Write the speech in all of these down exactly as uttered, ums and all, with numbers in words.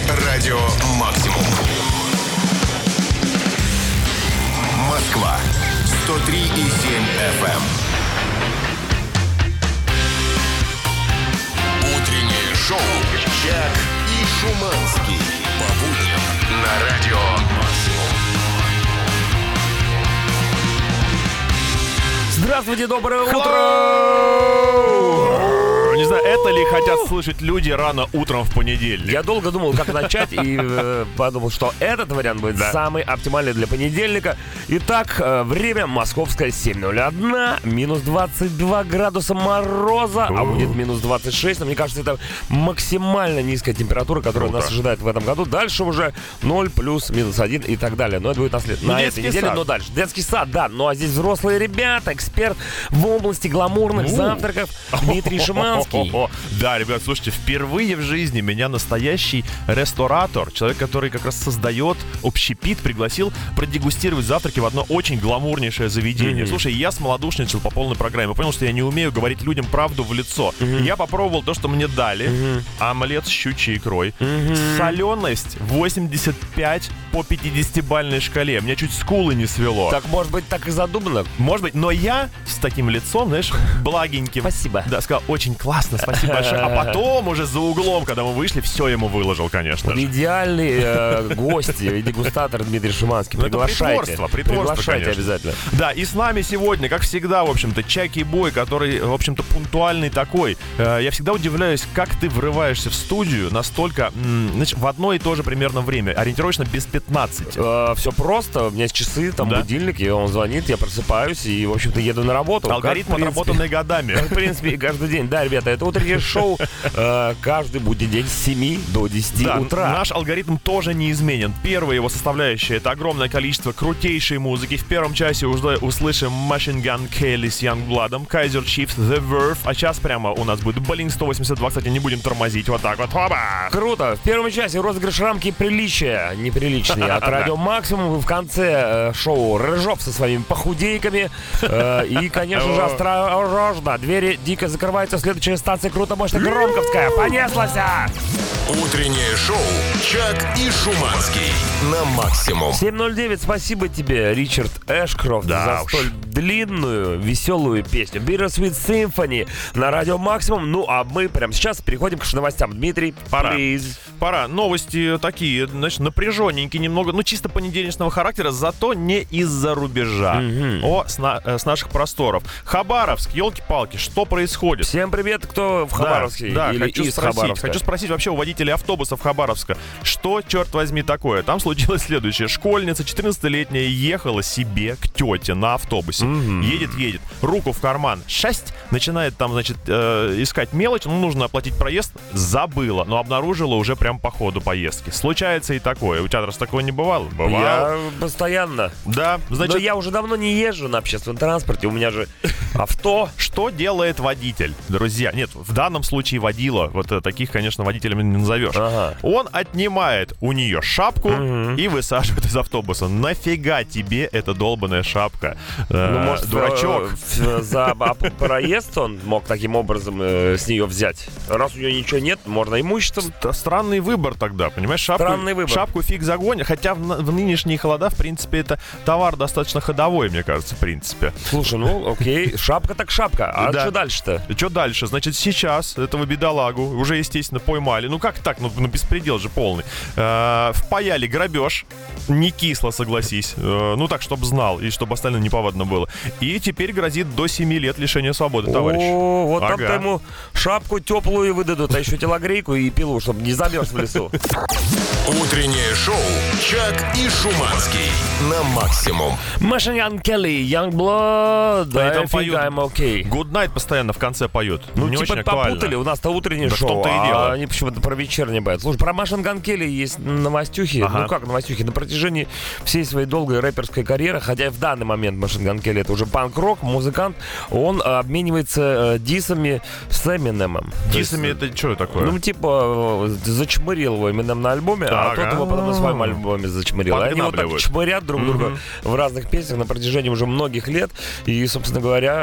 Радио Максимум. Москва сто три и семь эф эм. Утреннее шоу Чак и Шуманский. По будням на Радио Максимум. Здравствуйте, доброе утро! Не знаю, это ли хотят слышать люди рано утром в понедельник. Я долго думал, как начать, и э, подумал, что этот вариант будет да. самый оптимальный для понедельника. Итак, э, время московское семь ноль один, минус двадцать два градуса мороза, а будет минус двадцать шесть. Но мне кажется, это максимально низкая температура, которая Круто. нас ожидает в этом году. Дальше уже ноль, плюс, минус один и так далее. Но это будет на, след... ну, на этой неделе, сад. но дальше. Детский сад, да. Ну а здесь взрослые ребята, эксперт в области гламурных ну. завтраков Дмитрий Шуманский. О-о-о. Да, ребят, слушайте, впервые в жизни меня настоящий ресторатор, человек, который как раз создает общепит, пригласил продегустировать завтраки в одно очень гламурнейшее заведение. Mm-hmm. Слушай, я смолодушничал по полной программе, понял, что я не умею говорить людям правду в лицо. Mm-hmm. Я попробовал то, что мне дали. Mm-hmm. Омлет с щучьей икрой. Mm-hmm. Соленость восемьдесят пять по пятидесятибалльной шкале. Меня чуть скулы не свело. Так, может быть, так и задумано? Может быть, но я с таким лицом, знаешь, благеньким. Спасибо. Да, сказал, очень классно, спасибо большое. А потом уже за углом, когда мы вышли, все ему выложил, конечно же. Идеальный э, гость и дегустатор Дмитрий Шуманский. Ну, приглашайте. Притворство, притворство, Приглашайте конечно. обязательно. Да, и с нами сегодня, как всегда, в общем-то, Чаки Бой, который, в общем-то, пунктуальный такой. Э, я всегда удивляюсь, как ты врываешься в студию настолько, м, значит, в одно и то же примерно время, ориентировочно без пятнадцати. Э, все просто, у меня есть часы, там да? будильник, и он звонит, я просыпаюсь и, в общем-то, еду на работу. Алгоритм, как, отработанный годами. Как, в принципе, каждый день. Да, ребята, это утреннее шоу э, каждый будний день с семи до десяти да, утра. Наш алгоритм тоже не изменен. Первая его составляющая — это огромное количество крутейшей музыки. В первом часе уже услышим Machine Gun Kelly с Youngblood'ом, Kaiser Chiefs, The Verve, а сейчас прямо у нас будет Blink сто восемьдесят два. Кстати, не будем тормозить, вот так вот. Хоба! Круто! В первом часе розыгрыш рамки приличия, неприличные, от Радио Максимум. В конце э, шоу Рыжов со своими похудейками. Э, и, конечно же, осторожно, двери дико закрываются. Следующая станция круто, мощно Громковская. Понеслась! Утреннее шоу Чак и Шуманский на Максимум. семь ноль девять. Спасибо тебе, Ричард Эшкрофт, да за уж. столь длинную, веселую песню Bittersweet Symphony на Радио Максимум. Ну, а мы прямо сейчас переходим к новостям. Дмитрий, пора. Please. Пора. Новости такие, значит, напряженненькие немного, ну, чисто понедельничного характера, зато не из-за рубежа. Mm-hmm. О, с, на, э, с наших просторов. Хабаровск, елки-палки, что происходит? Всем привет, кто в Хабаровске да, или да, хочу из спросить, Хабаровска. Хочу спросить вообще у водителей автобусов Хабаровска, что, черт возьми, такое? Там случилось следующее. Школьница четырнадцатилетняя ехала себе к тете на автобусе. Mm-hmm. Едет, едет, руку в карман, шесть, начинает там, значит, э, искать мелочь, ну, нужно оплатить проезд, забыла, но обнаружила уже прям по ходу поездки. Случается и такое. У тебя раз такого не бывало? Бывало. Я постоянно. Да, значит... Но я уже давно не езжу на общественном транспорте, у меня же авто. Что делает водитель, друзья? Нет, в данном случае водила, вот таких, конечно, водителями не назовешь. Ага. Он отнимает у нее шапку угу. и высаживает из автобуса. Нафига тебе эта долбаная шапка? Ну, э, может, дурачок. Э, за проезд он мог таким образом э, с нее взять. Раз у нее ничего нет, можно имуществом. Странный выбор тогда, понимаешь? Шапку, Странный выбор. Шапку фиг загонишь. Хотя в, в нынешние холода, в принципе, это товар достаточно ходовой, мне кажется, в принципе. Слушай, ну окей, шапка так шапка. А да. что дальше-то? Что дальше? Значит, сейчас этого бедолагу уже, естественно, поймали. Ну как так? Ну, ну беспредел же полный. Э, впаяли грабеж. Не кисло, согласись. Э, ну так, чтобы знал и чтобы остальным неповадно было. И теперь грозит до семи лет лишения свободы, товарищ. О, вот ага. там-то ему шапку теплую выдадут, а еще телогрейку и пилу, чтобы не замерз в лесу. Утреннее шоу Чак и Шуманский на Максимум. Machine Gun Kelly, Youngblood, да, I think I'm okay. Good Night постоянно в конце поют. Ну, не типа попутали, у нас-то утреннее да шоу, а дело. Они почему-то про вечернее поют. Слушай, про Machine Gun Kelly есть новостюхи. Ага. Ну как новостюхи? На протяжении всей своей долгой рэперской карьеры, хотя в данный момент Machine Gun Kelly это уже панк-рок, музыкант, он обменивается дисами с Эминемом. Дисами есть, это что такое? Ну, типа, зачмырил его Эминем на альбоме, так, а тот его потом на своем альбоме зачмырил. Они вот так чмырят друг друга mm-hmm. в разных песнях на протяжении уже многих лет. И, собственно говоря,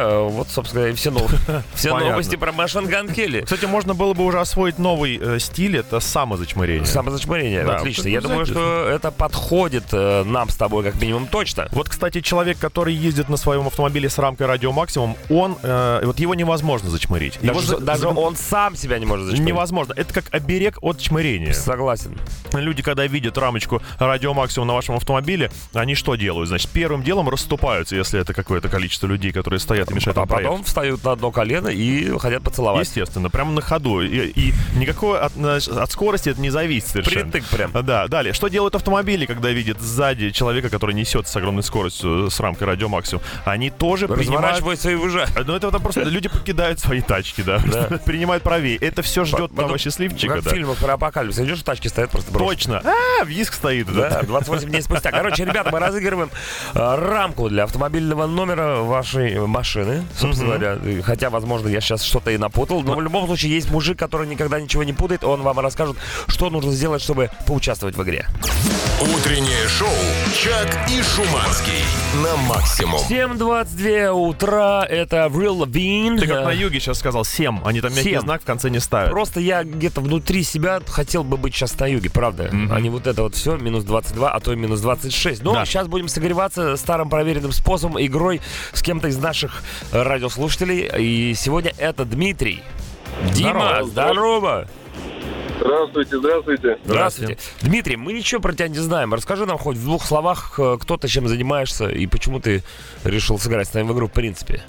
э, вот, собственно, и все, нов... все новости про Машин Ган Келли. Кстати, можно было бы уже освоить новый э, стиль, это самозачмырение. Самозачмырение, Да, отлично. вот Я думаю, что это подходит э, нам с тобой как минимум точно. Вот, кстати, человек, который ездит на своем автомобиле с рамкой радио максимум, он, э, вот его невозможно зачмырить. Его Даже, за- даже за- он сам себя не может зачмырить. Невозможно. Это как оберег от чмырения. Согласен. Люди, когда видят рамочку радио максимум на вашем автомобиле, они что делают? Значит, первым делом расступаются, если это какое-то количество людей, которые стоят и мешают А вам потом проехать. встают на одно колено и хотят поцеловать. Естественно, прямо на ходу. И, и никакой от, от скорости это не зависит совершенно. Притык прям. Да, далее. Что делают автомобили, когда видят сзади человека, который несет с огромной скоростью с рамкой радио максимум? Они тоже принимают... Разворачиваются и уезжают. Ну, это, это просто люди покидают свои тачки, да, Да. принимают правее. Это все ждет Потом, того счастливчика, Как да. в фильмах про апокалипсис. Идешь, в тачке стоят просто брошенные. Точно. А, виск стоит. Да. Да, двадцать восемь дней спустя. Короче, ребята, мы разыгрываем э, рамку для автомобильного номера вашей машины, собственно говоря. Хотя, возможно, я сейчас что-то и напутал. Но в любом случае есть мужик, который никогда ничего не путает. Он вам расскажет, что нужно сделать, чтобы поучаствовать в игре. Утреннее шоу «Чак и Шуманский» на максимум. семь двадцать два утра. Это Avril Lavigne. Ты как Э, на юге сейчас сказал, семь. Они там мягкий семь. знак в конце не ставят. Просто я где-то внутри себя хотел бы быть сейчас на юге, правда? А не вот это вот все, минус двадцать два, а то и минус двадцать шесть. Но Да. сейчас будем согреваться старым проверенным способом, игрой с кем-то из наших э, радиослушателей. И сегодня это Дмитрий. Дима, здорово! Здравствуйте, здравствуйте. Здравствуйте. Дмитрий, мы ничего про тебя не знаем. Расскажи нам хоть в двух словах, э, кто ты, чем занимаешься и почему ты решил сыграть с нами в игру в принципе.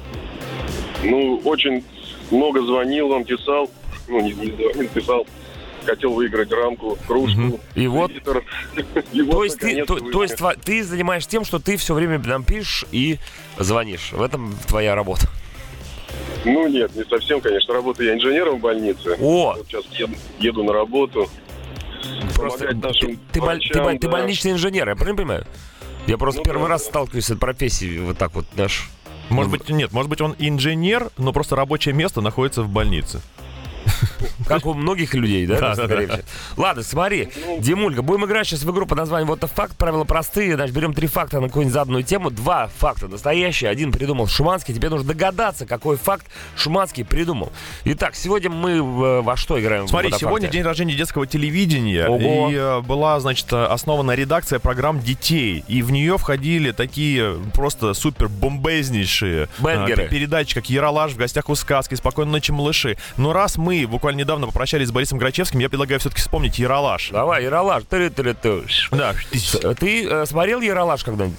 Ну, очень много звонил вам, писал. Ну, не, не звонил, писал. Хотел выиграть рамку, кружку. И вот, литр. И вот, то есть, ты, наконец-то, то, то есть тва- ты занимаешься тем, что ты все время нам пишешь и звонишь. В этом твоя работа. Ну, нет, не совсем, конечно. Работаю я инженером в больнице. О, Вот сейчас еду, еду на работу. просто Помогать нашим ты, ты, боль- ты, врачам, боль- ты да. больничный инженер, я правильно понимаю? Я просто Ну, первый да, раз да. сталкиваюсь с этой профессией вот так вот, знаешь. Может быть, нет, может быть, он инженер, но просто рабочее место находится в больнице. Как у многих людей, да? Да, скорее да, да. всего. Ладно, смотри, Димулька, будем играть сейчас в игру под названием «Вот это факт». Правила простые, значит, берем три факта на какую-нибудь заданную тему. Два факта настоящие, один придумал Шуманский. Тебе нужно догадаться, какой факт Шуманский придумал. Итак, сегодня мы в- во что играем? Смотри, в «Вот это сегодня факте»? день рождения детского телевидения. Ого. И э, была, значит, основана редакция программ детей. И в нее входили такие просто супер бомбезнейшие Бенгеры. э, передачи, как «Ералаш», «В гостях у сказки», «Спокойной ночи, малыши». Но раз мы буквально недавно попрощались с Борисом Грачевским, я предлагаю все-таки вспомнить «Ералаш». Давай, Ералаш. Ты-ты-ты-ты. Да. Ты э, смотрел Ералаш когда-нибудь?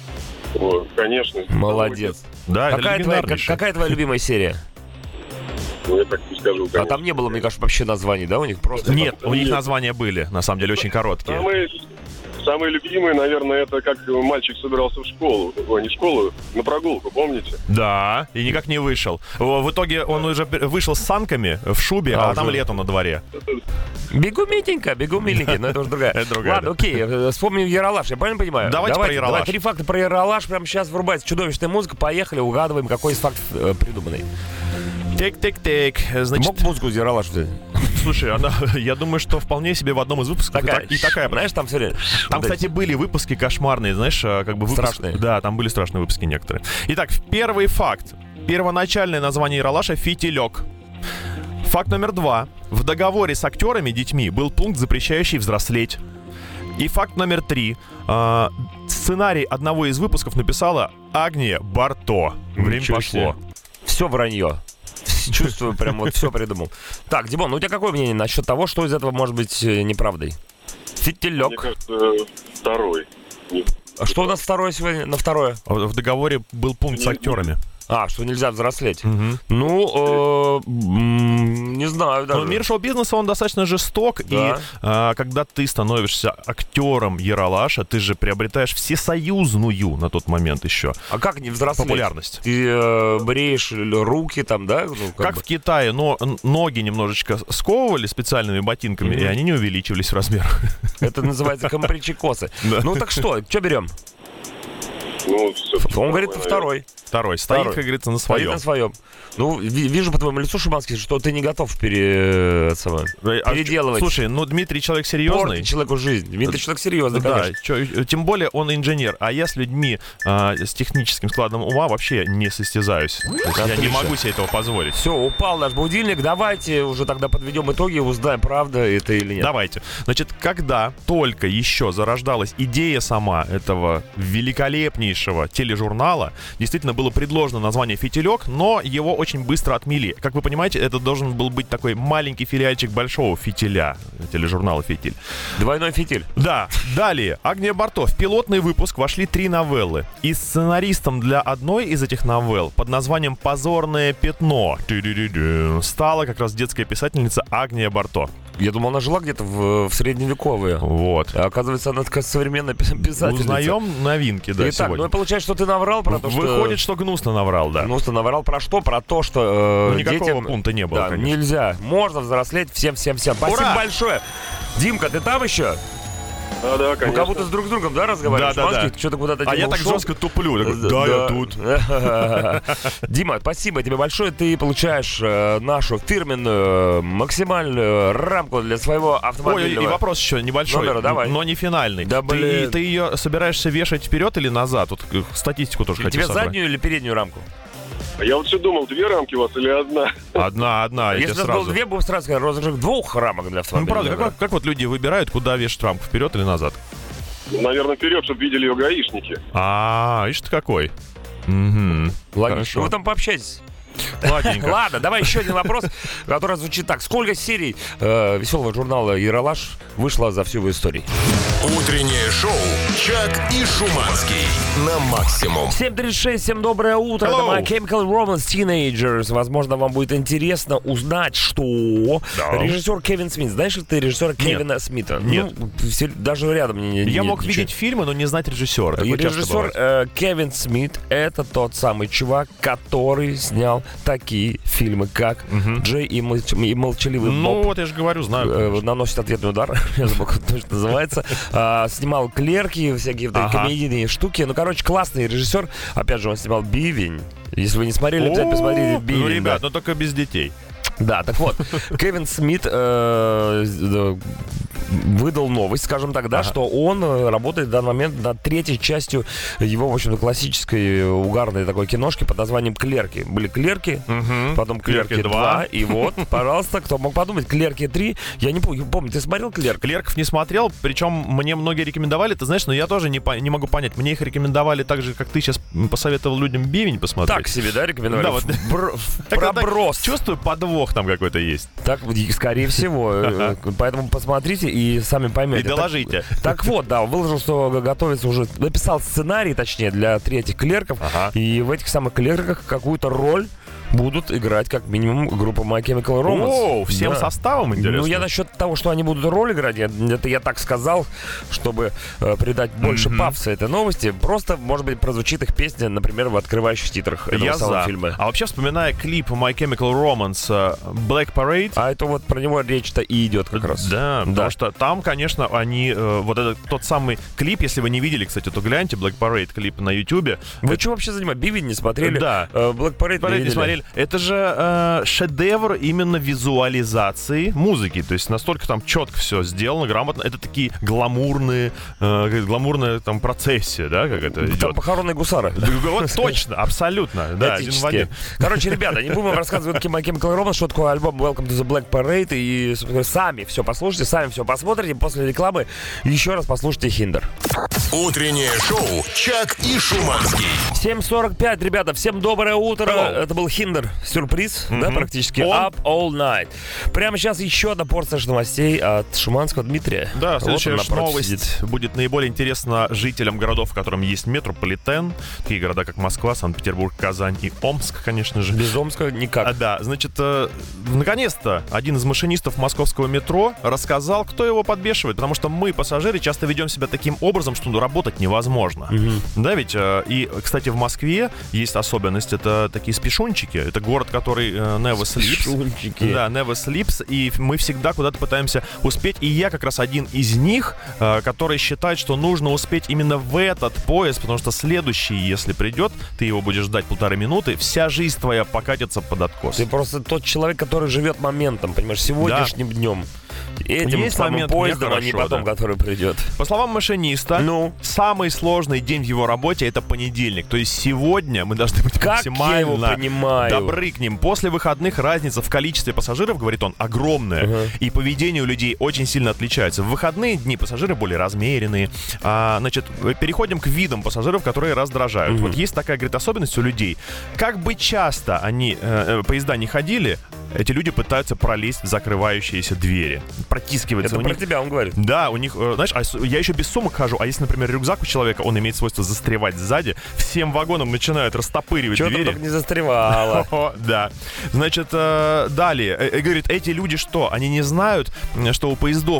О, конечно. Молодец. Да, это Какая твоя, как- легендарнейшее. какая твоя любимая серия? Ну, я так не скажу, А конечно. там не было, мне кажется, вообще названий, да, у них просто? Нет, у них Нет. названия были, на самом деле, очень короткие. Самые, самые любимые, наверное, это как мальчик собирался в школу. Ой, не в школу, на прогулку, помните? Да, и никак не вышел. В в итоге он уже вышел с санками в шубе, А, а, там уже. лето на дворе. Бегу, Митенька, бегу, миленький, но это уже другая. Это другая, Ладно, да. окей, э, вспомним Ералаш, я правильно понимаю? Давайте про Ералаш. Давай, три факта про Ералаш, прямо сейчас врубается чудовищная музыка, поехали, угадываем, какой из фактов э, придуманный. Тик-тик-тик. Значит, Мог музыку из Ералаш взять? слушай, она, я думаю, что вполне себе в одном из выпусков и Такая, так- и такая. знаешь, там все время... Там, вот эти- кстати, были выпуски кошмарные, знаешь, а, как бы выпуск- Страшные. Да, там были страшные выпуски некоторые. Итак, первый факт. Первоначальное название Ералаша — «Фитилек». Факт номер два. В договоре с актерами, детьми, был пункт, запрещающий взрослеть. И факт номер три. А, сценарий одного из выпусков написала Агния Барто. Время Ничего пошло. Все вранье. Чувствую, прям вот все придумал. Так, Димон, ну у тебя какое мнение насчет того, что из этого может быть э, неправдой? Мне Фитилек. кажется, второй. Не- А что у нас второе сегодня? На второе? А В договоре был пункт с Не- актерами. А, что нельзя взрослеть. Мгм. Ну, э, м, не знаю даже. Но мир шоу-бизнеса, он достаточно жесток, Да. и а, когда ты становишься актером Ералаша, ты же приобретаешь всесоюзную на тот момент еще А как не взрослеть? популярность. Ты э, бреешь л- руки там, да? Ну, как Как бы. в Китае, но н- ноги немножечко сковывали специальными ботинками, Мгм. и они не увеличивались в размерах. Это называется компричекосы. Да. Ну так что, что берем? Ну, все. Он говорит, второй. Второй. Стоит, Второй. как говорится, на Стоит своем. на своем. Ну, ви- вижу по твоему лицу, Шуманский, что ты не готов пере... самое, А, переделывать. Слушай, ну Дмитрий человек серьезный. Портить человеку жизнь. Дмитрий человек серьезный, Да, конечно. чё, тем более он инженер, а я с людьми а, с техническим складом ума вообще не состязаюсь. То есть я не Отлично. могу себе этого позволить. Все, упал наш будильник. Давайте уже тогда подведем итоги и узнаем, правда это или нет. Давайте. Значит, когда только еще зарождалась идея сама этого великолепнейшего тележурнала, действительно было предложено название «Фитилек», но его очень быстро отмели. Как вы понимаете, это должен был быть такой маленький филиальчик большого «Фитиля», тележурнала «Фитиль». Двойной фитиль. Да, далее. Агния Барто. В пилотный выпуск вошли три новеллы. И сценаристом для одной из этих новелл под названием «Позорное пятно» тю-ду-ду-ду, стала как раз детская писательница Агния Барто. Я думал, она жила где-то в, в средневековье. Вот. А оказывается, она такая современная пис- писательница. Узнаем новинки, да, Итак, сегодня. ну и получается, что ты наврал про то, что... Выходит, что гнусно наврал, да. Ну, что наврал про что? Про то, что... Э, Ну, никакого детям... пункта не было, Да, конечно. нельзя. Можно взрослеть всем-всем-всем. Спасибо Ура! большое. Димка, ты там еще? Да, да, Мы конечно. как будто с друг с другом, да, разговариваем? Да, да, Шуманский, да. ты что-то куда-то А я Дима, так ушел. жестко туплю. Такой, да, я тут. Дима, спасибо тебе большое. Ты получаешь э, нашу фирменную максимальную рамку для своего Ой, автомобильного... и вопрос еще небольшой, Номера, давай. но не финальный. Да, ты, блин. ты ее собираешься вешать вперед или назад? Вот э, статистику тоже хочу Тебе собрать. заднюю или переднюю рамку? Я вот все думал, две рамки у вас или одна? Одна, одна, я Если тебе у нас было сразу. две, будем сразу сказать, розыгрыш двух рамок для Ну, автомобиля. правда, как, как вот люди выбирают, куда вешать рамку, вперед или назад? Наверное, вперед, чтобы видели ее гаишники. А, видишь ты какой. Угу. Логично. Хорошо. Вы там пообщайтесь. Ладненько. Ладно, давай еще один вопрос, который звучит так. Сколько серий э, веселого журнала «Ералаш» вышло за всю его историю? Утреннее шоу «Чак и Шуманский» на максимум. семь тридцать шесть, всем доброе утро. Hello. Это My Chemical Romance Teenagers. Возможно, вам будет интересно узнать, что Да. режиссер Кевин Смит. Знаешь ли ты режиссера Кевина Смита? Нет. Ну, все- даже рядом не, не Я нет мог ничего. видеть фильмы, но не знать режиссера. И Такое часто режиссер бывает. э, Кевин Смит — это тот самый чувак, который снял такие фильмы, как «Джей и, молч- и молчаливый Ну, Боб». вот я же говорю, знаю. Э, конечно. наносит ответный удар, я забыл, как это точно называется. А, снимал «Клерки», всякие вот такие Ага. комедийные штуки. Ну, короче, классный режиссер. Опять же, он снимал «Бивень». Если вы не смотрели, обязательно посмотрите О, «Бивень». Ну, ребят, да. ну только без детей. Да, так вот, Кевин Смит э, э, выдал новость, скажем так, да, Ага. что он э, работает в данный момент над третьей частью его, в общем-то, классической э, угарной такой киношки под названием «Клерки». Были «Клерки», Мгм. потом «Клерки, «Клерки два», два. и вот, пожалуйста, кто мог подумать, «Клерки три». Я не помню, помню, ты смотрел «Клерк»? Клерков не смотрел, причем мне многие рекомендовали, ты знаешь, но я тоже не, по- не могу понять. Мне их рекомендовали так же, как ты сейчас посоветовал людям «Бивень» посмотреть. Так себе, да, рекомендовали? Да, вот. В бр- в Так вот так проброс. чувствую, подвох там какой-то есть. Так, и, скорее всего. Э, Поэтому посмотрите и сами поймете. И доложите. Так, так вот, да, выложил, что готовится уже, написал сценарий, точнее, для третьих «Клерков». Ага. И в этих самых «Клерках» какую-то роль будут играть как минимум группа My Chemical Romance. О, всем Да. составом, интересно. Ну, я насчет того, что они будут роль играть, я- это я так сказал, чтобы э, придать больше Мгм. пафоса этой новости. Просто, может быть, прозвучит их песня, например, в открывающих титрах этого Я самого за. фильма. А вообще, вспоминая клип My Chemical Romance э, Black Parade, А это вот про него речь-то и идет как раз. да, Да. потому что там, конечно, они, э, вот этот тот самый клип, если вы не видели, кстати, то гляньте, Black Parade клип на Ютубе. Вы что вообще занимаетесь? «Бивень» не смотрели? Да. Э, «Black Parade» Parade не не видели? смотрели. Это же э, шедевр именно визуализации музыки. То есть настолько там четко все сделано, грамотно. Это такие гламурные, э, как гламурная там процессия, да, как это Там идет. похоронные гусары. Вот точно, абсолютно, да, один в один. Готические. Короче, ребята, не будем вам рассказывать My Chemical Romance, что такое альбом Welcome to the Black Parade. И собственно, сами все послушайте, сами все посмотрите. После рекламы еще раз послушайте «Хиндер». Утреннее шоу «Чак и Шуманский». семь сорок пять, ребята, всем доброе утро. Hello. Это был «Хиндер». Сюрприз, да, практически. Он. Up All Night. Прямо сейчас еще одна порция новостей от Шуманского Дмитрия. Да, Вот следующая он ж напротив новость сидит. будет наиболее интересна жителям городов, в котором есть метрополитен. Такие города, как Москва, Санкт-Петербург, Казань и Омск, конечно же. Без Омска никак. А, да, значит, э, наконец-то один из машинистов московского метро рассказал, кто его подбешивает, потому что мы, пассажиры, часто ведем себя таким образом, что секунду работать невозможно. Угу. Да, ведь, и, кстати, в Москве есть особенность, это такие спешунчики, это город, который never sleeps. Спешунчики. Да, never sleeps, и мы всегда куда-то пытаемся успеть, и я как раз один из них, который считает, что нужно успеть именно в этот поезд, потому что следующий, если придет, ты его будешь ждать полторы минуты, вся жизнь твоя покатится под откос. Ты просто тот человек, который живет моментом, понимаешь, сегодняшним да. днем. Этим есть самым момент, поездом, хорошо, а не потом, да. который придет. По словам машиниста, ну? самый сложный день в его работе — это понедельник. То есть сегодня мы должны быть как максимально я его понимаю. добры к ним. После выходных разница в количестве пассажиров, говорит он, огромная. Uh-huh. И поведение у людей очень сильно отличается. В выходные дни пассажиры более размеренные. А, значит, переходим к видам пассажиров, которые раздражают. Uh-huh. Вот есть такая, говорит, особенность у людей. Как бы часто они, э, поезда не ходили, эти люди пытаются пролезть в закрывающиеся двери, протискиваться. Это у про них... тебя он говорит. Да, у них, э, знаешь, а я еще без сумок хожу, а если, например, рюкзак у человека, он имеет свойство застревать сзади, всем вагоном начинают растопыривать Чего двери. Чего-то не застревало. Да. Значит, далее, говорит, эти люди что? Они не знают, что у поездов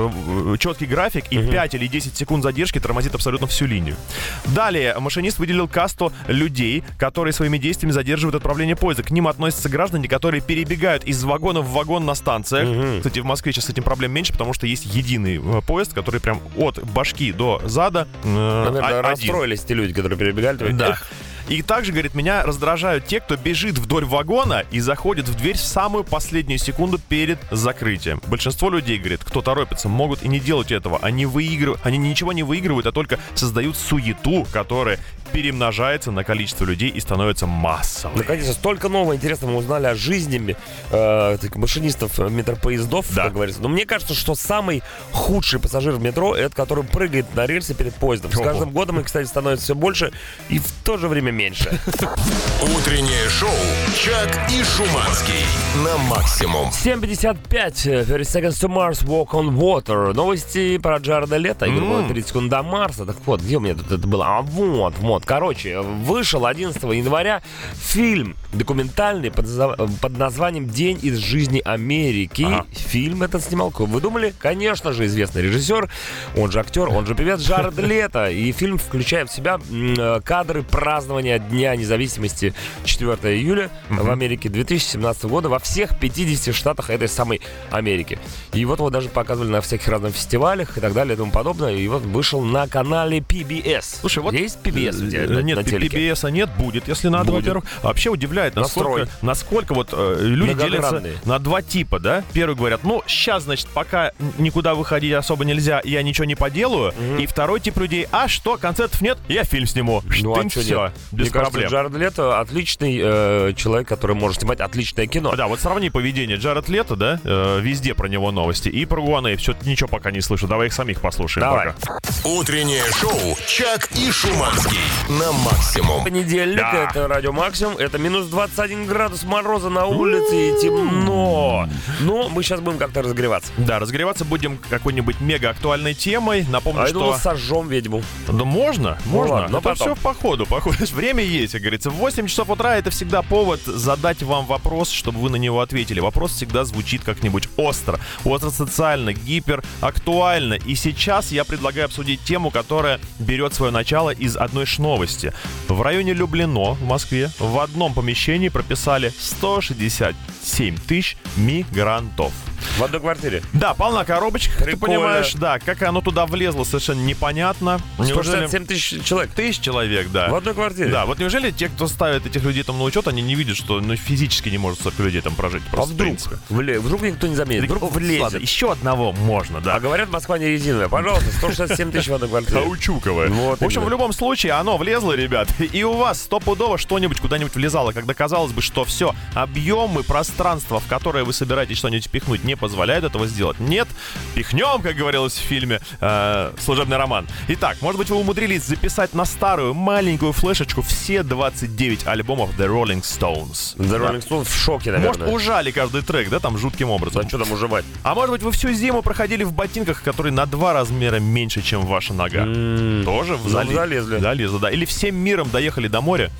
четкий график и пять или десять секунд задержки тормозит абсолютно всю линию. Далее, машинист выделил касту людей, которые своими действиями задерживают отправление поезда. К ним относятся граждане, которые перебегают из вагона в вагон на станциях. Угу. Кстати, в Москве сейчас с этим проблем меньше, потому что есть единый поезд, который прям от башки до зада э, Наверное, один. расстроились те люди, которые перебегали. Да. И также, говорит, меня раздражают те, кто бежит вдоль вагона и заходит в дверь в самую последнюю секунду перед закрытием. Большинство людей, говорит, кто торопится, могут и не делать этого. Они выигрывают, они ничего не выигрывают, а только создают суету, которая перемножается на количество людей и становится массовой. Наконец-то столько нового интересного мы узнали о жизни э, машинистов метропоездов, да. как говорится. Но мне кажется, что самый худший пассажир в метро — это который прыгает на рельсы перед поездом. С О-о. каждым годом их, кстати, становится все больше и в то же время меньше. Утреннее шоу «Чак и Шуманский» на максимум. семь пятьдесят пять. thirty seconds to Mars, Walk on Water. Новости про Джареда Лето. И mm. тридцать секунд до Марса. Так вот, где у меня тут это было? А вот, вот. Короче, вышел одиннадцатого января фильм документальный под, под названием «День из жизни Америки». Ага. Фильм этот снимал, вы думали? Конечно же, известный режиссер, он же актер, он же певец Джаред Лето. И фильм включает в себя кадры празднования Дня независимости четвёртого июля mm-hmm. в Америке две тысячи семнадцатого года во всех пятидесяти штатах этой самой Америки. И вот его даже показывали на всяких разных фестивалях и так далее и тому подобное. И вот вышел на канале пи би эс. Слушай, вот есть пи би эс у тебя на, нет, на телеке? пи би эс нет, будет, если надо, будет. Во-первых. А вообще удивляет, насколько, насколько вот э, люди делятся на два типа, да? Первый говорят, ну, сейчас, значит, пока никуда выходить особо нельзя, я ничего не поделаю. Mm-hmm. И второй тип людей, а что, концертов нет, я фильм сниму. Ну, а все, нет? без Мне проблем. Кажется, Джаред Лето отличный э, человек, который может снимать отличное кино. Да, вот сравни поведение Джаред Лето, да, э, везде про него новости, и про Гуанэйв, что-то ничего пока не слышу. Давай их самих послушаем. Давай. Пока. Утреннее шоу «Чак и Шуманский» на максимум. Понедельник, да. это радио Максимум, это минус двадцать один градус мороза на улице и темно. Но мы сейчас будем как-то разогреваться. Да, разогреваться будем какой-нибудь мега актуальной темой. Напомню, а что... я думал, сожжем ведьму. Ну, можно, можно. Ладно, но это потом. все по ходу, по ходу. Время есть, как говорится. В восемь часов утра это всегда повод задать вам вопрос, чтобы вы на него ответили. Вопрос всегда звучит как-нибудь остро, остро-социально, гиперактуально. И сейчас я предлагаю обсудить тему, которая берет свое начало из одной ж новости. В районе Люблино в Москве в одном помещении прописали сто шестьдесят семь тысяч мигрантов. В одной квартире? Да, полна коробочек, Прикольно. ты понимаешь, да, как оно туда влезло, совершенно непонятно. сто шестьдесят семь тысяч человек? Тысяч человек, да. В одной квартире? Да, вот неужели те, кто ставит этих людей там на учет, они не видят, что ну, физически не может столько людей там прожить? Просто, а вдруг? Вле... Вдруг никто не заметит, вдруг влезет. Ладно, еще одного можно, да. А говорят, Москва не резиновая. Пожалуйста, сто шестьдесят семь тысяч в одной квартире. Каучуковая. Вот в общем, именно. в любом случае, оно влезло, ребят, и у вас стопудово что-нибудь куда-нибудь влезало, когда казалось бы, что все, объемы, пространство, в которое вы собираетесь что-нибудь пихнуть, не позволяют этого сделать. Нет, пихнем, как говорилось в фильме э, «Служебный роман». Итак, может быть, вы умудрились записать на старую маленькую флешечку все двадцать девять альбомов The Rolling Stones. The Да. Rolling Stones в шоке, наверное. Может, ужали каждый трек, да, там жутким образом. Да что там уживать? А может быть, вы всю зиму проходили в ботинках, которые на два размера меньше, чем ваша нога. М-м-м. Тоже в Ну, залез... залезли. Залезли, да. Или всем миром доехали до моря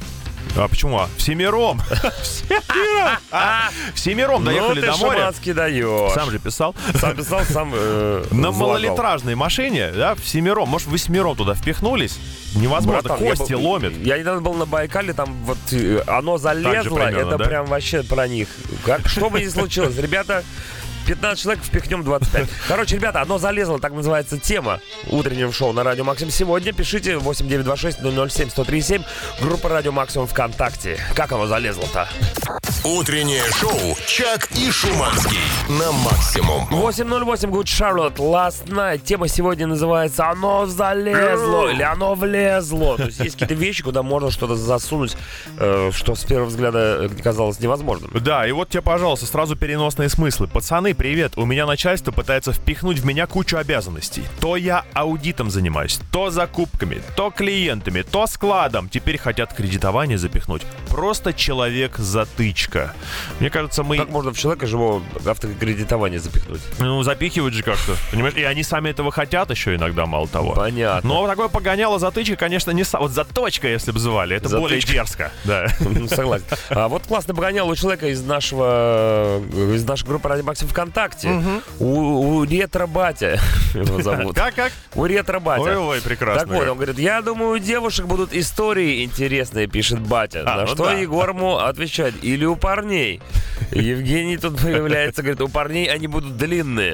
А почему? А, всемиром. Всемиром. А, всемиром доехали до моря. Шуманский даешь. Сам же писал. Сам писал, сам э, На излагал. малолитражной машине, да, всемиром. Может, восьмером туда впихнулись? Невозможно, Братан, кости я был- ломит. Я недавно был на Байкале, там вот э, оно залезло, примерно, это да? прям вообще про них. Как, что бы ни случилось, ребята, пятнадцать человек, впихнем двадцать пять. Короче, ребята, оно залезло, так называется тема утреннего шоу на Радио Максимум. Сегодня пишите восемь девять два шесть ноль ноль семь сто три семь, группа Радио Максимум ВКонтакте. Как оно залезло-то? Утреннее шоу «Чак и Шуманский» на максимум. восемь ноль восемь, Good Charlotte, Last Night. Тема сегодня называется «Оно залезло» или «Оно влезло». То есть есть какие-то вещи, куда можно что-то засунуть, э, что с первого взгляда казалось невозможным. Да, и вот тебе, пожалуйста, сразу переносные смыслы. Пацаны, привет. У меня начальство пытается впихнуть в меня кучу обязанностей. То я аудитом занимаюсь, то закупками, то клиентами, то складом. Теперь хотят кредитование запихнуть. Просто человек-затычка. Мне кажется, мы... Как можно в человека живого автокредитование запихнуть? Ну, запихивают же как-то. Понимаешь? И они сами этого хотят еще иногда, мало того. Понятно. Но такое погоняло затычка, конечно, не... са- Вот заточка, если бы звали, это более Затычка. дерзко. Да. Ну, согласен. А вот классно погонял у человека из нашего из нашей группы Радио Максимум ВКонтакте. У, у Ретро Батя его зовут. Как-как? У Ретро Батя. Ой-ой, прекрасно. Так вот, он говорит, я думаю, у девушек будут истории интересные, пишет батя. А, На ну что да. Егор ему отвечает, или у парней. Евгений тут появляется, говорит, у парней они будут длинные.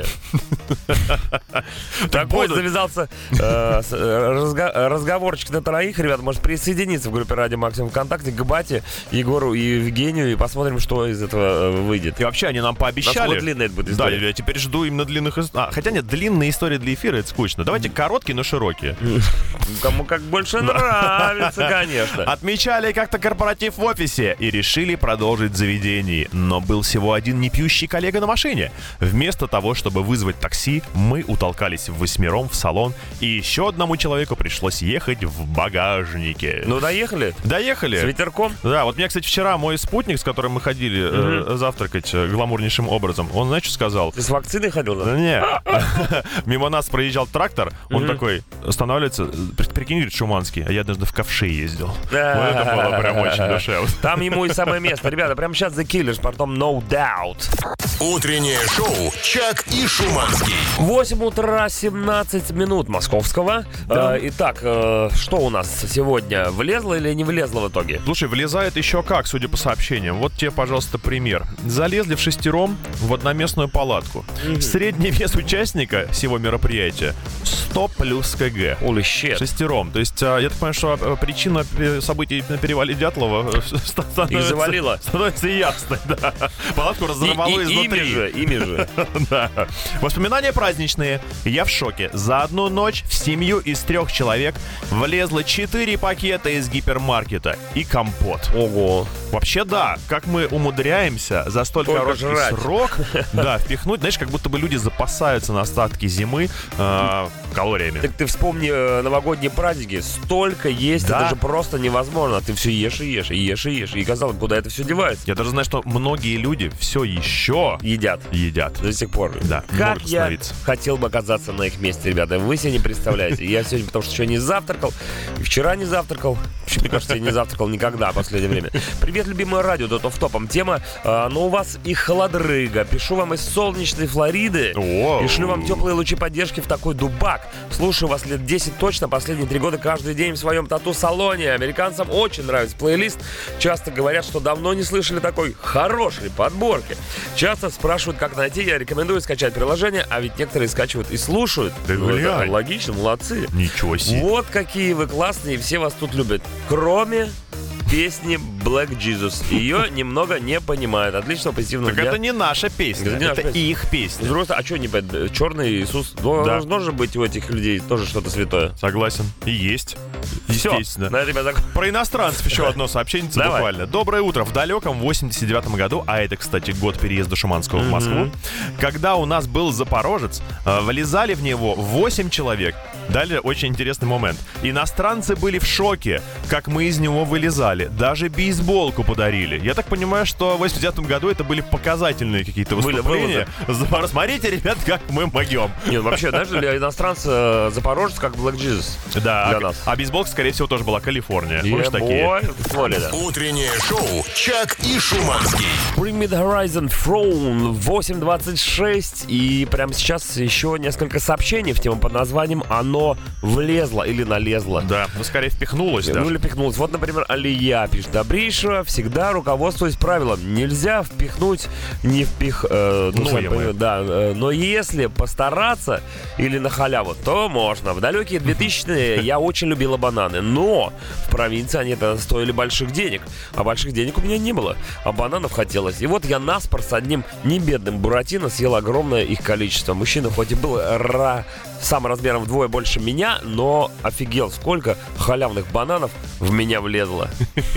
Такой будут. завязался э, с- э, разго- разговорчик на троих. Ребят, может присоединиться в группе Радио Максимум ВКонтакте к бате, Егору и Евгению, и посмотрим, что из этого э, выйдет. И вообще они нам пообещали. Насколько длинная это будет Да, история? я теперь жду именно длинных историй. А, хотя нет, длинные истории для эфира это скучно. Давайте короткие, но широкие. Кому как больше нравится, конечно. Отмечали как-то корпоратив в офисе и решили продолжить в заведении. Но был всего один непьющий коллега на машине. Вместо того, чтобы вызвать такси, мы утолкались восьмером в салон, и еще одному человеку пришлось ехать в багажнике. Ну, доехали? Доехали. С ветерком? Да, вот меня, кстати, вчера мой спутник, с которым мы ходили э, завтракать э, гламурнейшим образом, он, знаешь, что сказал? Ты с вакциной ходил? Да Да? не. Мимо нас проезжал трактор, он Мгм. такой останавливается, при- прикинь, говорит, Шуманский, а я однажды в ковше ездил. Вот Да. это было прям очень душевно. Там ему и самое место. Ребята, прямо сейчас The Killers, потом No Doubt. Утреннее шоу «Чак и Шуманский». восемь утра, семнадцать минут московского. Да. Э, итак, э, что у нас сегодня? Влезло или не влезло в итоге? Слушай, влезает еще как, судя по сообщениям. Вот тебе, пожалуйста, пример. Залезли в шестером в одноместную палатку. Средний вес участника всего мероприятия сто плюс кг. Holy shit. Шестером. То есть, а, я так понимаю, что а, причина э, событий на перевале Дятлова э, становится, Их завалило. становится ясной, да. Палатку И, разорвало и- ими изнутри. же, ими же. Да. Воспоминания праздничные. Я в шоке. За одну ночь в семью из трех человек влезло четыре пакета из гипермаркета и компот. Ого. Вообще, да, как мы умудряемся за столь Только короткий жрать. срок, да, впихнуть, знаешь, как будто бы люди запасаются на остатки зимы э, калориями. Так ты вспомни э, новогодние праздники. Столько есть, Да. это же просто невозможно. Ты все ешь и ешь, и ешь и ешь. И казалось, куда это все девается? Я даже знаю, что многие люди все еще Едят. едят. До сих пор. Да, не Как могут я остановиться. хотел бы оказаться на их месте, ребята. Вы себе не представляете. Я сегодня, потому что еще не завтракал, и вчера не завтракал. Вообще, мне кажется, я не завтракал никогда в последнее время. Привет, любимое радио, Дотов Топом. Тема, а, но у вас и холодрыга. Пишу вам из солнечной Флориды. О. И шлю вам теплые лучи поддержки в такой дубак. Слушаю вас лет десять точно, последние три года каждый день в своем тату-салоне. Американцам очень нравится плейлист. Часто говорят, что давно не слышали такой хорошей подборки. Часто спрашивают, как найти. Я рекомендую скачать приложение, а ведь некоторые скачивают и слушают. Да Ну, это глянь. логично, молодцы. Ничего себе. Вот какие вы классные, все вас тут любят. Кроме песни Black Jesus. Ее немного не понимают. Отличного позитивного Так дня. это не наша песня, Это не наша это песня. их С песня. другой стороны, а что не понять? Черный Иисус. Ну, Да. должно же быть у этих людей тоже что-то святое. Согласен. И есть. Всё, Естественно. на этом я зак- Про иностранцев еще одно сообщение Давай. буквально. Доброе утро. В далеком восемьдесят девятом году, а это, кстати, год переезда Шуманского в Москву, когда у нас был Запорожец, э, влезали в него восемь человек. Далее очень интересный момент. Иностранцы были в шоке, как мы из него вылезали. Даже бейсболку подарили. Я так понимаю, что в восемьдесят девятом году это были показательные какие-то Были выступления. Запор- Смотрите, ребят, как мы могем. Нет, вообще, знаешь, для иностранца э, Запорожец как Black Jesus. Да, Для а- нас. а бейсболку футболка, скорее всего, тоже была Калифорния. Помнишь такие? Флорида. Утреннее шоу «Чак и Шуманский». Bring Me The Horizon Throne, восемь двадцать шесть. И прямо сейчас еще несколько сообщений в тему под названием «Оно влезло» или «налезло». Да, ну скорее впихнулось Ну даже. или впихнулось. Вот, например, Алия пишет: добрейшего, всегда руководствуясь правилом. Нельзя впихнуть, не впих... Э, ну, Ну, сами я понимаете, да, э, но если постараться или на халяву, то можно. В далекие двухтысячные я очень любила бананы, но в провинции они тогда стоили больших денег, а больших денег у меня не было, а бананов хотелось. И вот я наспор с одним небедным буратино съел огромное их количество. Мужчина хоть и был ра... сам размером вдвое больше меня, но офигел, сколько халявных бананов в меня влезло.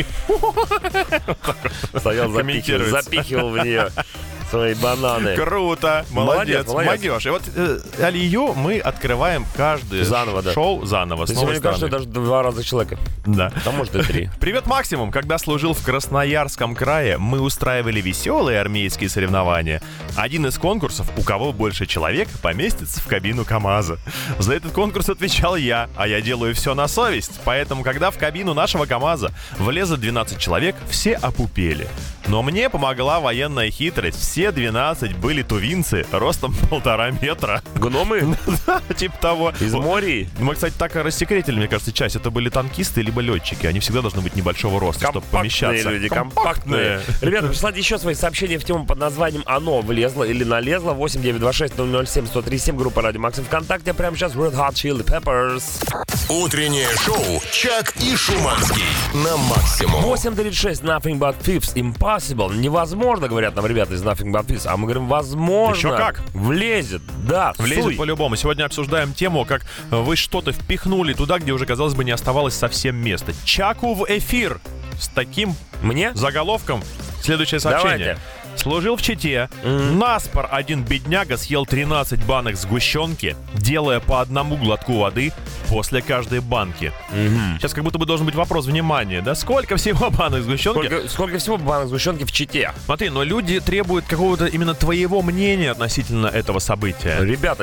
Стоял, запихивал, запихивал в нее свои бананы. Круто, молодец, Молодец, молодец. могешь. И вот э, Алию мы открываем каждое Заново, да. шоу заново. То С есть, новой мне кажется, стороны. даже два раза человека. Да. А может и три. Привет, Максимум! Когда служил в Красноярском крае, мы устраивали веселые армейские соревнования. Один из конкурсов, у кого больше человек, поместится в кабину КамАЗа. За этот конкурс отвечал я, а я делаю все на совесть. Поэтому, когда в кабину нашего КамАЗа влезло двенадцать человек, все опупели. Но мне помогла военная хитрость. Все двенадцать были тувинцы ростом полтора метра. Гномы Да, типа того. из морей. Мы, кстати, так и рассекретили, мне кажется, часть. Это были танкисты либо летчики. Они всегда должны быть небольшого роста, чтобы Компактные помещаться. люди, компактные. Ребята, присылайте еще свои сообщения в тему под названием «Оно влезло» или «Налезло». восемь девятьсот двадцать шесть ноль ноль семь сто тридцать семь, группа Радио Максим ВКонтакте. Прямо сейчас Red Hot Chili Peppers. Утреннее шоу «Чак и Шуманский» на максимум. восемь тридцать шесть, Nothing But Thieves, Impossible. Невозможно, говорят нам ребята из Nothing But Thieves. А мы говорим, возможно. Еще как. Влезет, да, Влезет суй. по-любому. Сегодня обсуждаем тему, как вы что-то впихнули туда, где уже, казалось бы, не оставалось совсем места. Чаку в эфир. С таким Мне? заголовком следующее сообщение. Давайте. Служил в Чите. Мгм. Наспор один бедняга съел тринадцать банок сгущенки, делая по одному глотку воды после каждой банки. Мгм. Сейчас как будто бы должен быть вопрос внимания, да? Сколько всего банок сгущенки? Сколько, сколько всего банок сгущенки в Чите? Смотри, но люди требуют какого-то именно твоего мнения относительно этого события. Ребята,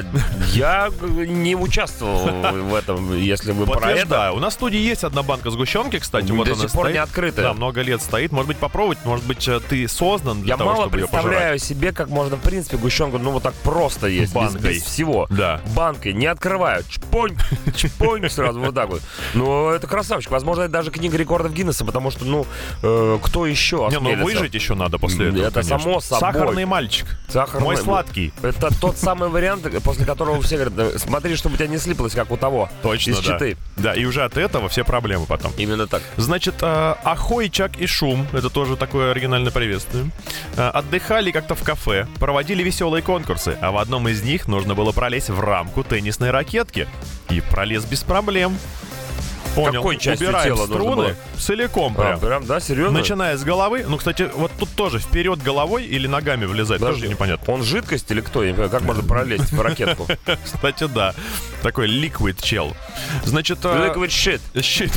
я не участвовал в этом, если вы про это. Подтверждаю. У нас в студии есть одна банка сгущенки, кстати, вот До она сих пор стоит. не открытая. Да, много лет стоит. Может быть, попробовать, может быть, ты создан для Я того, мало чтобы ее представляю пожрать. себе, как можно, в принципе, гущенку, ну, вот так просто есть, без, Банкой. без всего. Да. Банкой, не открываю, чпонь, чпонь, сразу вот так вот. Ну, это красавчик. Возможно, это даже книга рекордов Гиннесса, потому что, ну, э, кто еще Не, ну осмелится? выжить еще надо после этого, Это конечно. само собой. Сахарный мальчик. Сахарный- Мой сладкий. Это тот самый вариант, после которого все говорят, смотри, чтобы у тебя не слиплось, как у того. Точно, из да. Читы. Да, и уже от этого все проблемы потом. Именно так. Значит, э, Ахой, Чак и Шум, это тоже такое оригинальное приветствие, э, отдыхали как-то в кафе, проводили веселые конкурсы, а в одном из них нужно было пролезть в рамку теннисной ракетки. И пролез без проблем. Понял. Какой частью Убираем тела нужно струны было? целиком А, прям. прям, да, серьезно? Начиная с головы. Ну, кстати, вот тут тоже вперед головой или ногами влезать, Подожди, тоже непонятно. Он жидкость или кто? Я не понимаю, как можно пролезть в ракетку? Кстати, да. Такой liquid чел. Значит, э, Liquid shit. щит.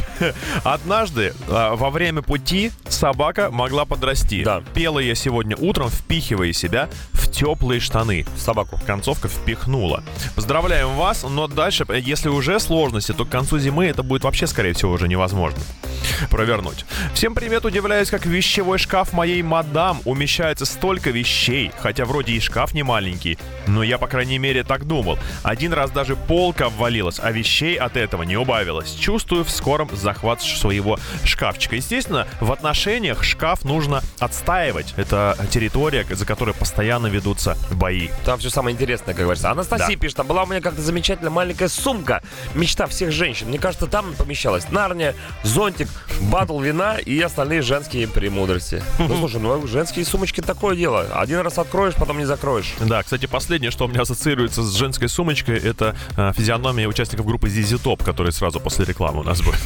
Однажды э, во время пути собака могла подрасти. Да. Пела я сегодня утром, впихивая себя в теплые штаны. Собаку. Концовка впихнула. Поздравляем вас, но дальше, если уже сложности, то к концу зимы это будет вообще, скорее всего, уже невозможно провернуть. Всем привет, удивляюсь, как в вещевой шкаф моей мадам умещается столько вещей, хотя вроде и шкаф не маленький, но я, по крайней мере, так думал. Один раз даже полка обвалилась, а вещей от этого не убавилось. Чувствую в скором захват своего шкафчика. Естественно, в отношениях шкаф нужно отстаивать. Это территория, за которой постоянно ведутся бои. Там все самое интересное, как говорится. Анастасия Да. пишет, а была у меня как-то замечательная маленькая сумка. Мечта всех женщин. Мне кажется, там помещалась Нарния, зонтик, батл вина и остальные женские премудрости. Ну, слушай, ну женские сумочки такое дело. Один раз откроешь, потом не закроешь. Да, кстати, последнее, что у меня ассоциируется с женской сумочкой, это э, физиономия участников группы зет зет Top, которые сразу после рекламы у нас будет.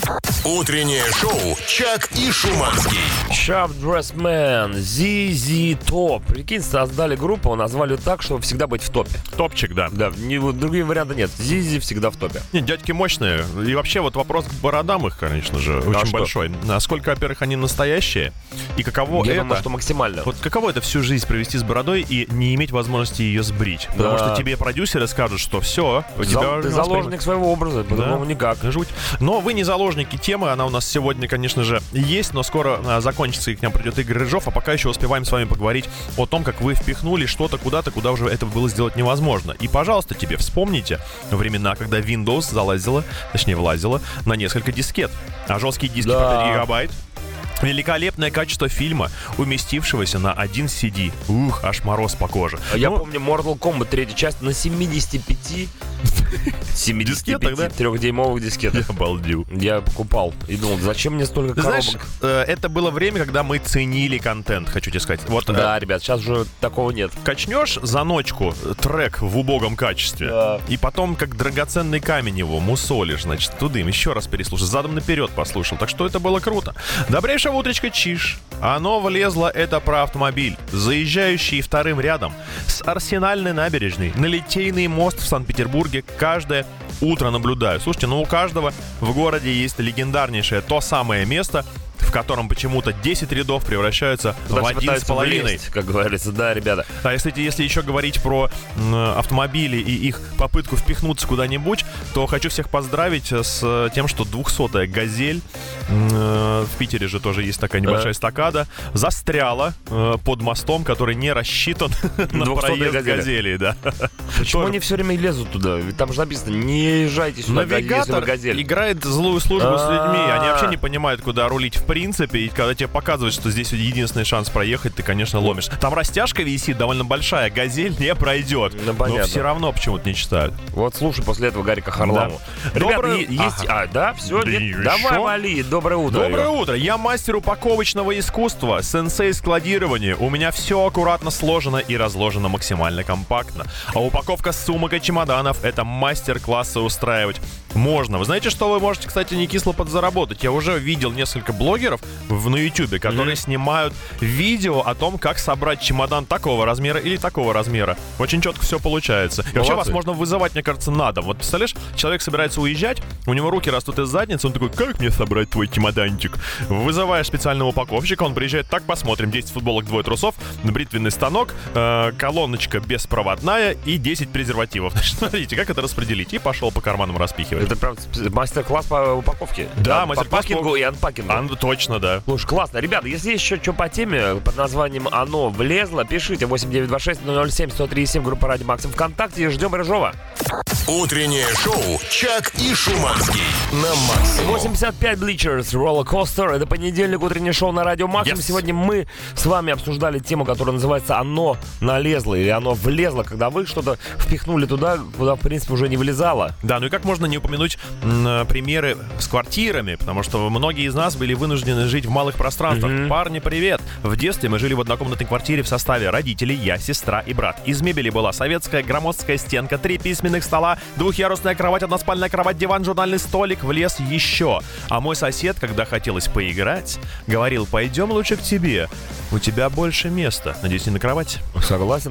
Утреннее шоу «Чак и Шуманский». Sharp Dress Man, зет зет Top. Прикинь, соз- создали группу, назвали так, чтобы всегда быть в топе. Топчик, да. Да, не, другие варианта нет. Зизи всегда в топе. Нет, дядьки мощные. И вообще вот вопрос к бородам их, конечно же, очень что? большой. Насколько, во-первых, они настоящие, и каково Я это... думаю, что максимально. Вот каково это всю жизнь провести с бородой и не иметь возможности ее сбрить? Потому Да. что тебе продюсеры скажут, что все, у тебя Зал- уже ты нас заложник своего образа, по-другому Да. никак. Жуть. Но вы не заложники темы, она у нас сегодня, конечно же, есть, но скоро а, закончится, и к нам придет Игорь Рыжов, а пока еще успеваем с вами поговорить о том, как вы впихнули что-то куда-то, куда уже это было сделать невозможно. И, пожалуйста, тебе вспомните времена, когда Windows залазила, точнее, влазила на несколько дискет, а жесткие диски Да. по пять гигабайт. Великолепное качество фильма, уместившегося на один си ди. Ух, аж мороз по коже. А Я Ну, помню Mortal Kombat третья часть на семидесяти пяти семидесяти Дискетах, да? пяти трёхдюймовых дискетах. обалдел. Я покупал и думал, зачем мне столько Ты коробок? знаешь, э, это было время, когда мы ценили контент, хочу тебе сказать. Вот э, Да, ребят, сейчас уже такого нет. качнешь за ночку трек в убогом качестве, Да. и потом, как драгоценный камень его, мусолишь, значит, тудым, еще раз переслушал, задом наперед послушал. Так что это было круто. Добрейшего утречка, Чиж. Оно влезло, это про автомобиль, заезжающий вторым рядом с Арсенальной набережной на Литейный мост в Санкт-Петербурге каждое утро наблюдаю. Слушайте, ну у каждого в городе есть легендарнейшее то самое место, в котором почему-то десять рядов превращаются Туда в все один с пытаются половиной. влезть, как говорится, да, ребята. А если, если еще говорить про м, автомобили и их попытку впихнуться куда-нибудь, то хочу всех поздравить с тем, что двухсотая «Газель», м, э, в Питере же тоже есть такая небольшая эстакада, застряла э, под мостом, который не рассчитан на двухсотая проезд «Газели». «Газели». Да. Почему Тоже. они все время лезут туда? Ведь там же написано, не езжайте сюда, если вы Навигатор газель. играет злую службу с людьми. А-а-а. Они вообще не понимают, куда рулить в принципе. И когда тебе показывают, что здесь единственный шанс проехать, ты, конечно, ломишь. Там растяжка висит довольно большая. «Газель» не пройдет. Ну, понятно. Но все равно почему-то не читают. Вот слушай после этого Гарика Харламова. Да. Ребята, Доброе- е- есть... Ага. А, да? Все? Да нет? еще? Давай, вали. Доброе утро. Доброе Ё. утро. Я мастер упаковочного искусства, сенсей складирования. У меня все аккуратно сложено и разложено максимально компактно. А упаковка сумок и чемоданов — это мастер-классы устраивать можно. Вы знаете, что вы можете, кстати, не кисло подзаработать? Я уже видел несколько блогеров в, на Ютубе, которые mm-hmm. снимают видео о том, как собрать чемодан такого размера или такого размера. Очень четко все получается. И вообще вас можно вызывать, мне кажется, на дом. Вот представляешь, человек собирается уезжать, у него руки растут из задницы, он такой: как мне собрать твой чемоданчик? Вызываешь специального упаковщика, он приезжает: так, посмотрим, десять футболок, двое трусов, бритвенный станок, э, колоночка беспроводная и десять презервативов. Значит, смотрите, как это распределить. И пошел по карманам распихивать. Это прям мастер-класс по упаковке. Да, по мастер-класс пакингу по- и анпакингу. А, точно, да. Слушай, классно. Ребята, если есть еще что по теме под названием «Оно влезло», пишите восемь девятьсот двадцать шесть ноль ноль семь сто три семь, группа Радио Максим ВКонтакте, и ждем Рыжова. Утреннее шоу «Чак и Шуманский» на максимум. восемьдесят пять Bleachers, Roller Coaster. Это понедельник, утреннее шоу на Радио Максим. Yes. Сегодня мы с вами обсуждали тему, которая называется «Оно налезло» или «Оно влезло», когда вы что-то впихнули туда, куда, в принципе, уже не влезало. Да, ну и как можно не упомянуть м, примеры с квартирами, потому что многие из нас были вынуждены жить в малых пространствах. Mm-hmm. Парни, привет! В детстве мы жили в однокомнатной квартире в составе родителей, я, сестра и брат. Из мебели была советская громоздкая стенка, три письменных стола, двухъярусная кровать, односпальная кровать, диван, журнальный столик, влез еще. А мой сосед, когда хотелось поиграть, говорил: пойдем лучше к тебе, у тебя больше места. Надеюсь, не на кровать? Согласен.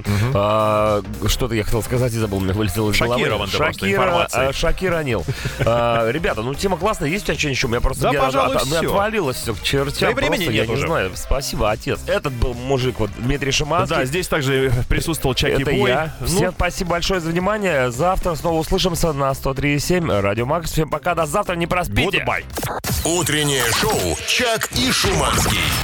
А, что-то я хотел сказать и забыл, мне вылетело из головы. Шокирован ты просто Шакира, информацией. а, Шакира Нил. А, ребята, ну тема классная. Есть у тебя что-нибудь еще? У меня просто Да, где- пожалуй, от- всё. отвалилось все к чертям. Да и времени Просто нет я не уже. знаю. Спасибо, отец. Этот был мужик, вот Дмитрий Шиманский. Да, здесь также присутствовал Чаки Это Бой. я. Ну, Всем спасибо большое за внимание. Завтра снова услышимся на сто три и семь Радио Макс. Всем пока, до завтра, не проспите. goodbye. Утреннее шоу «Чак и Шуманский»